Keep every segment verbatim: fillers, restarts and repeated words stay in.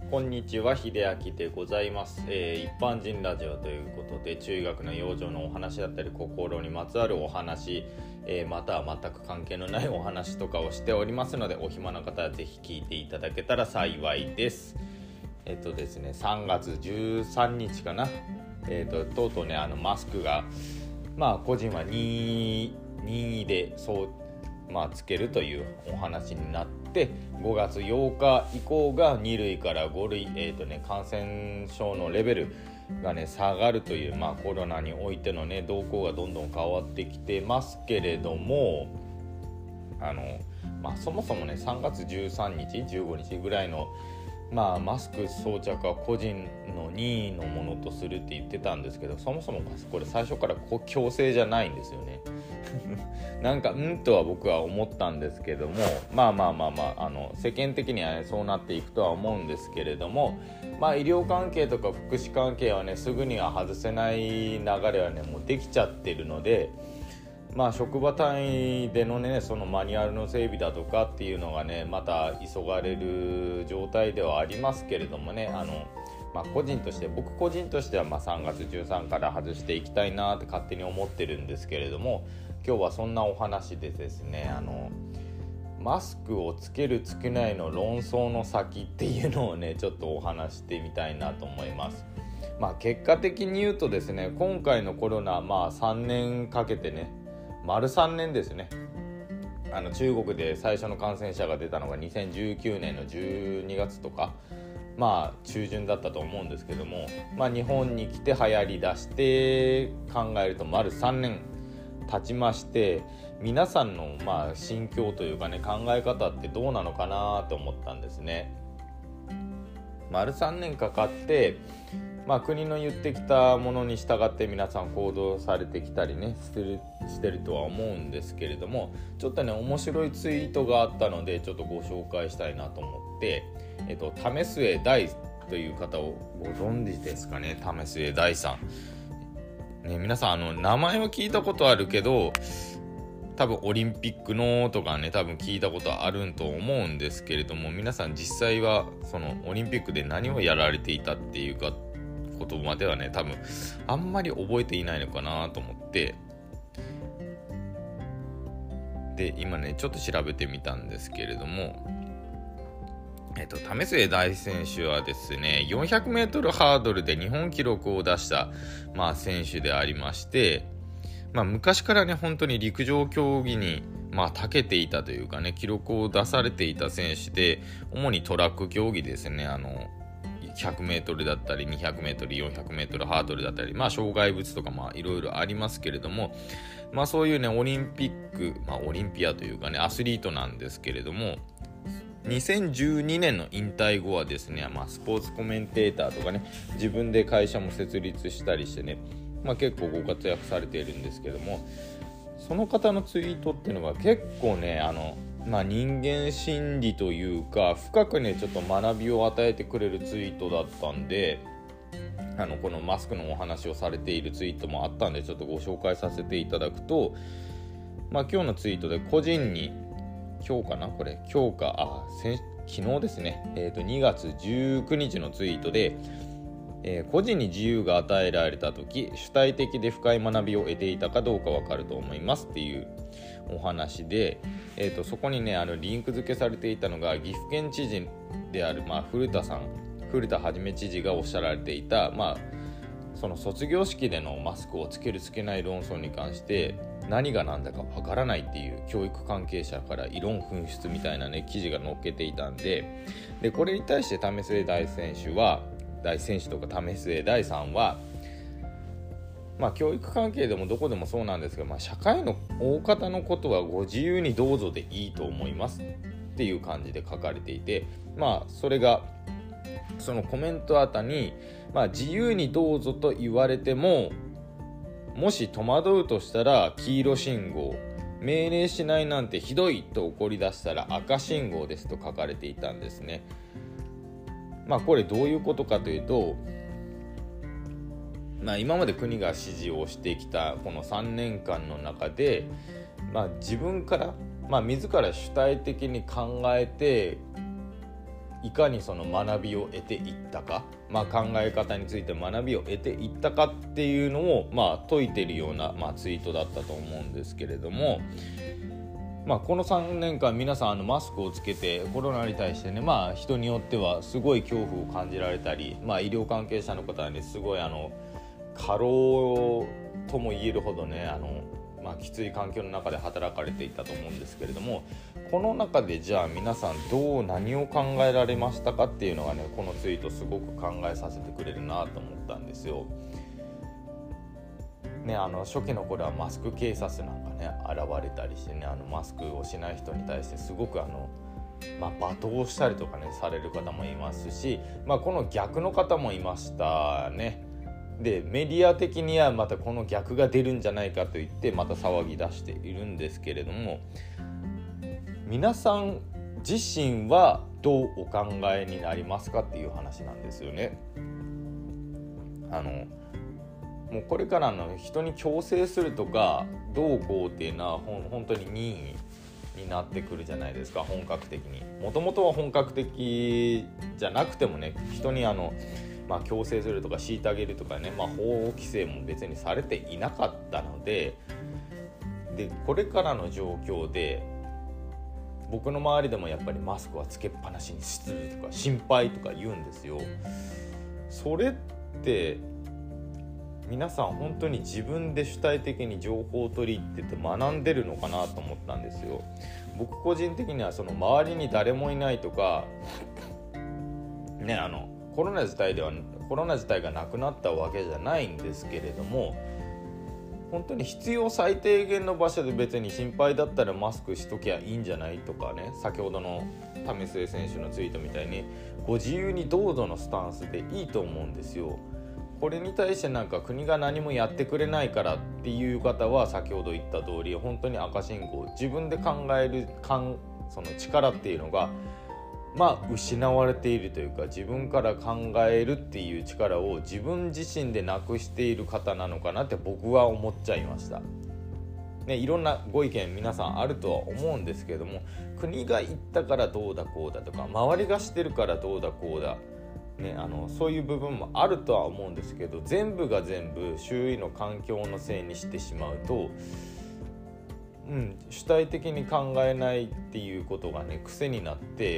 こんにちは、秀明でございます、えー、一般人ラジオということで、中学の養生のお話だったり心にまつわるお話、えー、または全く関係のないお話とかをしておりますので、お暇な方はぜひ聞いていただけたら幸いです。えっとですねさんがつじゅうさんにちかな、えー、ととうとうねあのマスクがまあ個人は任意任意でそうまあつけるというお話になって、ごがつようか以降がにるいからごるい、えーとね、感染症のレベルがね下がるという、まあ、コロナにおいてのね動向がどんどん変わってきてますけれども、あの、まあ、そもそもねさんがつじゅうさんにちじゅうごにちぐらいのまあ、マスク装着は個人の任意のものとするって言ってたんですけど、そもそもこれ最初から強制じゃないんですよねなんかうんとは僕は思ったんですけども、まあまあまあまあ、あの世間的には、ね、そうなっていくとは思うんですけれども、まあ医療関係とか福祉関係はねすぐには外せない流れはねもうできちゃってるので、まあ、職場単位でのねそのマニュアルの整備だとかっていうのがねまた急がれる状態ではありますけれどもね、あの、まあ、個人として僕個人としてはまあさんがつじゅうさんから外していきたいなって勝手に思ってるんですけれども、今日はそんなお話でですね、あのマスクをつけるつけないの論争の先っていうのをねちょっとお話してみたいなと思います。まあ、結果的に言うとですね、今回のコロナまあさんねんかけてね丸さんねんですね。あの中国で最初の感染者が出たのがにせんじゅうきゅうねんのじゅうにがつとかまあ中旬だったと思うんですけども、まあ、日本に来て流行り出して考えると丸さんねん経ちまして、皆さんのまあ心境というかね考え方ってどうなのかなと思ったんですね。丸さんねんかかってまあ、国の言ってきたものに従って皆さん行動されてきたりねしてる、してるとは思うんですけれども、ちょっとね面白いツイートがあったのでちょっとご紹介したいなと思って、えっと、為末大という方をご存知ですかね。為末大さん、ね、皆さんあの名前は聞いたことあるけど多分オリンピックのとかね多分聞いたことあると思うんですけれども、皆さん実際はそのオリンピックで何をやられていたっていうかことまではね多分あんまり覚えていないのかなと思って、で今ねちょっと調べてみたんですけれども、えっと為末大選手はですね よんひゃくメートル ハードルで日本記録を出した、まあ、選手でありまして、まあ、昔からね本当に陸上競技にまあ長けていたというかね記録を出されていた選手で、主にトラック競技ですね、あのひゃくメートルだったりにひゃくメートル、よんひゃくメートルハードルだったり、まあ障害物とかまあいろいろありますけれども、まあそういうねオリンピック、まあオリンピアというかねアスリートなんですけれども、にせんじゅうにねんの引退後はですね、まあスポーツコメンテーターとかね自分で会社も設立したりしてね、まあ結構ご活躍されているんですけども、その方のツイートっていうのが結構ねあのまあ、人間心理というか深くねちょっと学びを与えてくれるツイートだったんで、あのこのマスクのお話をされているツイートもあったんでちょっとご紹介させていただくと、まあ、今日のツイートで個人に今日かなこれ今日かあ先昨日ですね、えーとにがつじゅうくにちのツイートで、えー、個人に自由が与えられた時主体的で深い学びを得ていたかどうかわかると思いますっていうお話で、えーと、そこにねあのリンク付けされていたのが岐阜県知事である、まあ、古田さん古田はじめ知事がおっしゃられていた、まあ、その卒業式でのマスクをつけるつけない論争に関して何が何だかわからないっていう教育関係者から異論紛失みたいなね記事が載っけていたんで、でこれに対して為末大選手は大選手とか為末大さんはまあ、教育関係でもどこでもそうなんですが、まあ、社会の大方のことはご自由にどうぞでいいと思いますっていう感じで書かれていて、まあそれがそのコメントあたに、まあ、自由にどうぞと言われてももし戸惑うとしたら黄色信号、命令しないなんてひどいと怒り出したら赤信号ですと書かれていたんですね。まあこれどういうことかというと、まあ、今まで国が指示をしてきたこのさんねんかんの中で、まあ、自分から、まあ、自ら主体的に考えていかにその学びを得ていったか、まあ、考え方について学びを得ていったかっていうのを、まあ、説いてるような、まあ、ツイートだったと思うんですけれども、まあ、このさんねんかん皆さんあのマスクをつけてコロナに対してね、まあ、人によってはすごい恐怖を感じられたり、まあ、医療関係者の方はねすごいあの過労とも言えるほどねあの、まあ、きつい環境の中で働かれていたと思うんですけれども、この中でじゃあ皆さんどう何を考えられましたかっていうのがねこのツイートすごく考えさせてくれるなと思ったんですよ。ね、あの初期の頃はマスク警察なんかね現れたりしてね、あのマスクをしない人に対してすごくあの、まあ、罵倒したりとかねされる方もいますし、まあ、この逆の方もいましたね。でメディア的にはまたこの逆が出るんじゃないかと言ってまた騒ぎ出しているんですけれども、皆さん自身はどうお考えになりますかっていう話なんですよね。あのもうこれからの人に強制するとかどうこうっていうのはほん本当に任意になってくるじゃないですか。本格的にもともとは本格的じゃなくてもね人にあの、まあ、強制するとか虐げるとかね、まあ、法規制も別にされていなかったので、でこれからの状況で僕の周りでもやっぱりマスクはつけっぱなしにするとか心配とか言うんですよ。それって皆さん本当に自分で主体的に情報を取り入ってて学んでるのかなと思ったんですよ。僕個人的にはその周りに誰もいないとかね、あのコロナ自体ではコロナ自体がなくなったわけじゃないんですけれども、本当に必要最低限の場所で別に心配だったらマスクしときゃいいんじゃないとかね、先ほどの為末選手のツイートみたいにご自由にどうぞのスタンスでいいと思うんですよ。これに対してなんか国が何もやってくれないからっていう方は先ほど言った通り本当に赤信号、自分で考えるかんその力っていうのがまあ失われているというか、自分から考えるっていう力を自分自身でなくしている方なのかなって僕は思っちゃいました、ね、いろんなご意見皆さんあるとは思うんですけれども、国が言ったからどうだこうだとか周りがしてるからどうだこうだね、あのそういう部分もあるとは思うんですけど、全部が全部周囲の環境のせいにしてしまうと、うん、主体的に考えないっていうことがね癖になって、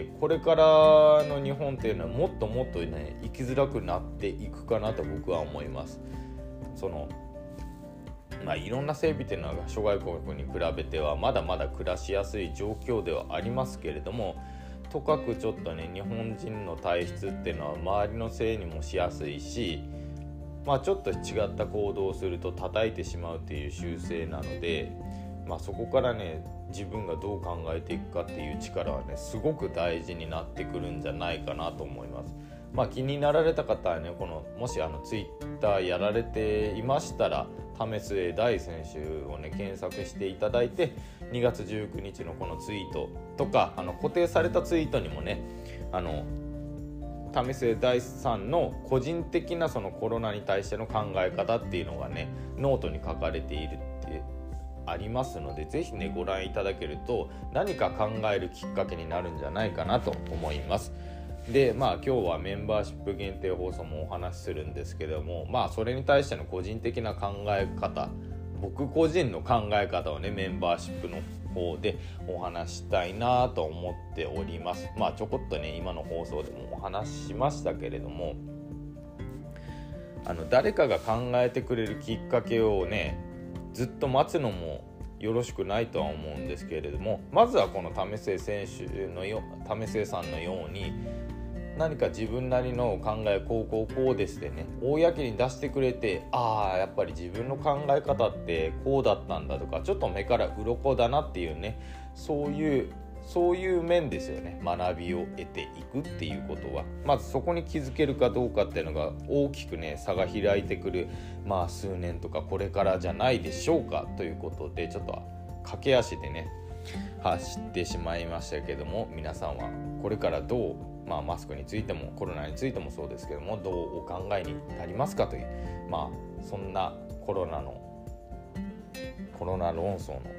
これからの日本っていうのはもっともっとね生きづらくなっていくかなと僕は思います。そのまあ、いろんな整備っていうのは諸外国に比べてはまだまだ暮らしやすい状況ではありますけれども、とかくちょっとね日本人の体質っていうのは周りのせいにもしやすいし、まあちょっと違った行動をすると叩いてしまうっていう習性なので、まあそこからね自分がどう考えていくかっていう力はねすごく大事になってくるんじゃないかなと思います。まあ気になられた方はね、このもしあのツイッターやられていましたら為末大選手をね検索していただいて、にがつじゅうくにちのこのツイートとかあの固定されたツイートにもね、あの為末大さんの個人的なそのコロナに対しての考え方っていうのがねノートに書かれているってありますので、ぜひねご覧いただけると何か考えるきっかけになるんじゃないかなと思います。でまあ今日はメンバーシップ限定放送もお話しするんですけども、まあそれに対しての個人的な考え方、僕個人の考え方をねメンバーシップの方でお話したいなと思っております。まあちょこっとね今の放送でもお話ししましたけれども、あの誰かが考えてくれるきっかけをねずっと待つのもよろしくないとは思うんですけれども、まずはこの為末選手のよ為末さんのように何か自分なりの考えこうこうこうですでね公に出してくれて、ああやっぱり自分の考え方ってこうだったんだとか、ちょっと目から鱗だなっていうね、そういうそういう面ですよね。学びを得ていくっていうことはまずそこに気づけるかどうかっていうのが大きくね差が開いてくる、まあ数年とかこれからじゃないでしょうかということで、ちょっと駆け足でね走ってしまいましたけども、皆さんはこれからどう、まあ、マスクについてもコロナについてもそうですけどもどうお考えになりますかという、まあそんなコロナのコロナ論争の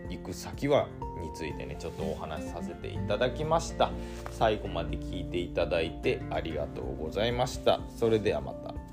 行く先はについてねちょっとお話しさせていただきました。最後まで聞いていただいてありがとうございました。それではまた。